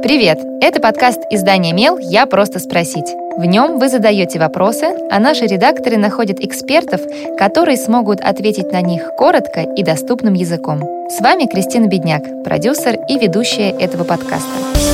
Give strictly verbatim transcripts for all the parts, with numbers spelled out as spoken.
Привет! Это подкаст издания «Мел. Я просто спросить». В нем вы задаете вопросы, а наши редакторы находят экспертов, которые смогут ответить на них коротко и доступным языком. С вами Кристина Бедняк, продюсер и ведущая этого подкаста.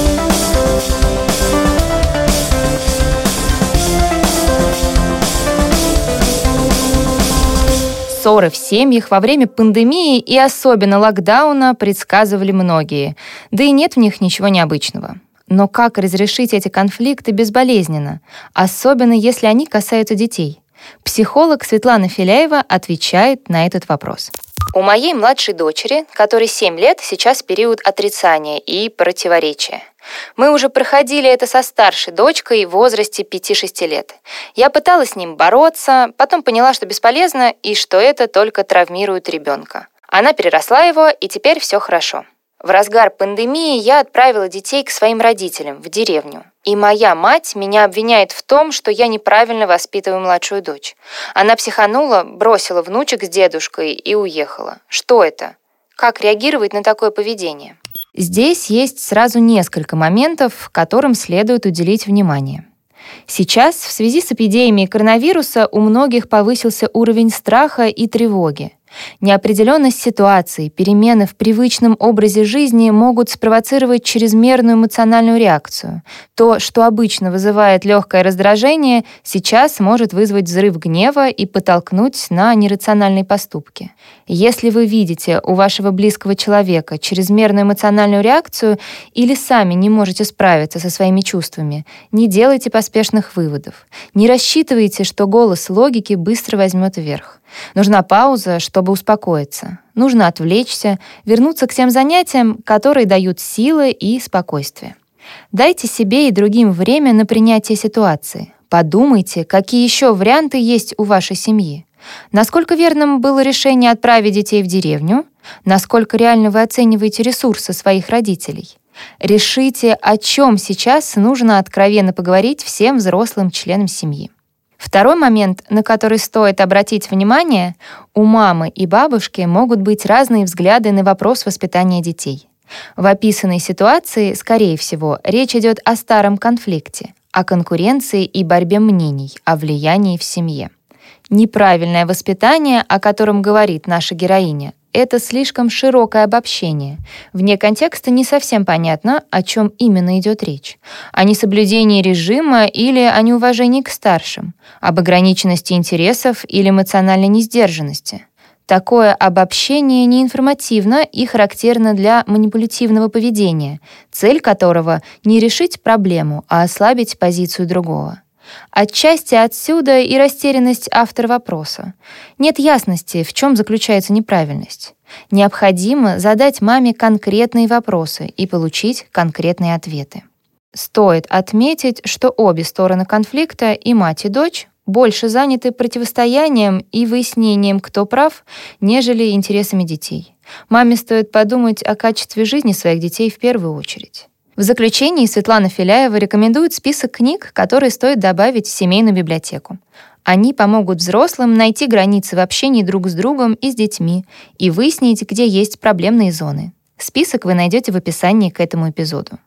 Ссоры в семьях во время пандемии и особенно локдауна предсказывали многие, да и нет в них ничего необычного. Но как разрешить эти конфликты безболезненно, особенно если они касаются детей? Психолог Светлана Филяева отвечает на этот вопрос. У моей младшей дочери, которой семь лет, сейчас период отрицания и противоречия. Мы уже проходили это со старшей дочкой в возрасте пяти-шести лет. Я пыталась с ним бороться, потом поняла, что бесполезно и что это только травмирует ребенка. Она переросла его, и теперь все хорошо. В разгар пандемии я отправила детей к своим родителям в деревню. И моя мать меня обвиняет в том, что я неправильно воспитываю младшую дочь. Она психанула, бросила внучек с дедушкой и уехала. Что это? Как реагировать на такое поведение? Здесь есть сразу несколько моментов, которым следует уделить внимание. Сейчас, в связи с эпидемией коронавируса, у многих повысился уровень страха и тревоги. Неопределенность ситуации, перемены в привычном образе жизни могут спровоцировать чрезмерную эмоциональную реакцию. То, что обычно вызывает легкое раздражение, сейчас может вызвать взрыв гнева и подтолкнуть на нерациональные поступки. Если вы видите у вашего близкого человека чрезмерную эмоциональную реакцию или сами не можете справиться со своими чувствами, не делайте поспешных выводов. Не рассчитывайте, что голос логики быстро возьмет верх. Нужна пауза, чтобы успокоиться. Нужно отвлечься, вернуться к тем занятиям, которые дают силы и спокойствие. Дайте себе и другим время на принятие ситуации. Подумайте, какие еще варианты есть у вашей семьи. Насколько верным было решение отправить детей в деревню? Насколько реально вы оцениваете ресурсы своих родителей? Решите, о чем сейчас нужно откровенно поговорить всем взрослым членам семьи. Второй момент, на который стоит обратить внимание, у мамы и бабушки могут быть разные взгляды на вопрос воспитания детей. В описанной ситуации, скорее всего, речь идет о старом конфликте, о конкуренции и борьбе мнений, о влиянии в семье. Неправильное воспитание, о котором говорит наша героиня, это слишком широкое обобщение. Вне контекста не совсем понятно, о чем именно идет речь. О несоблюдении режима или о неуважении к старшим, об ограниченности интересов или эмоциональной несдержанности. Такое обобщение неинформативно и характерно для манипулятивного поведения, цель которого — не решить проблему, а ослабить позицию другого. Отчасти отсюда и растерянность автора вопроса. Нет ясности, в чем заключается неправильность. Необходимо задать маме конкретные вопросы и получить конкретные ответы. Стоит отметить, что обе стороны конфликта, и мать, и дочь, больше заняты противостоянием и выяснением, кто прав, нежели интересами детей. Маме стоит подумать о качестве жизни своих детей в первую очередь. В заключении Светлана Филяева рекомендует список книг, которые стоит добавить в семейную библиотеку. Они помогут взрослым найти границы в общении друг с другом и с детьми и выяснить, где есть проблемные зоны. Список вы найдете в описании к этому эпизоду.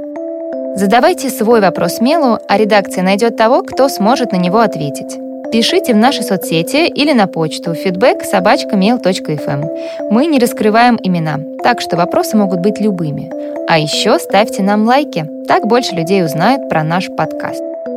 Задавайте свой вопрос Мелу, а редакция найдет того, кто сможет на него ответить. Пишите в наши соцсети или на почту feedback собака мейл точка эф эм. Мы не раскрываем имена, так что вопросы могут быть любыми. А еще ставьте нам лайки, так больше людей узнают про наш подкаст.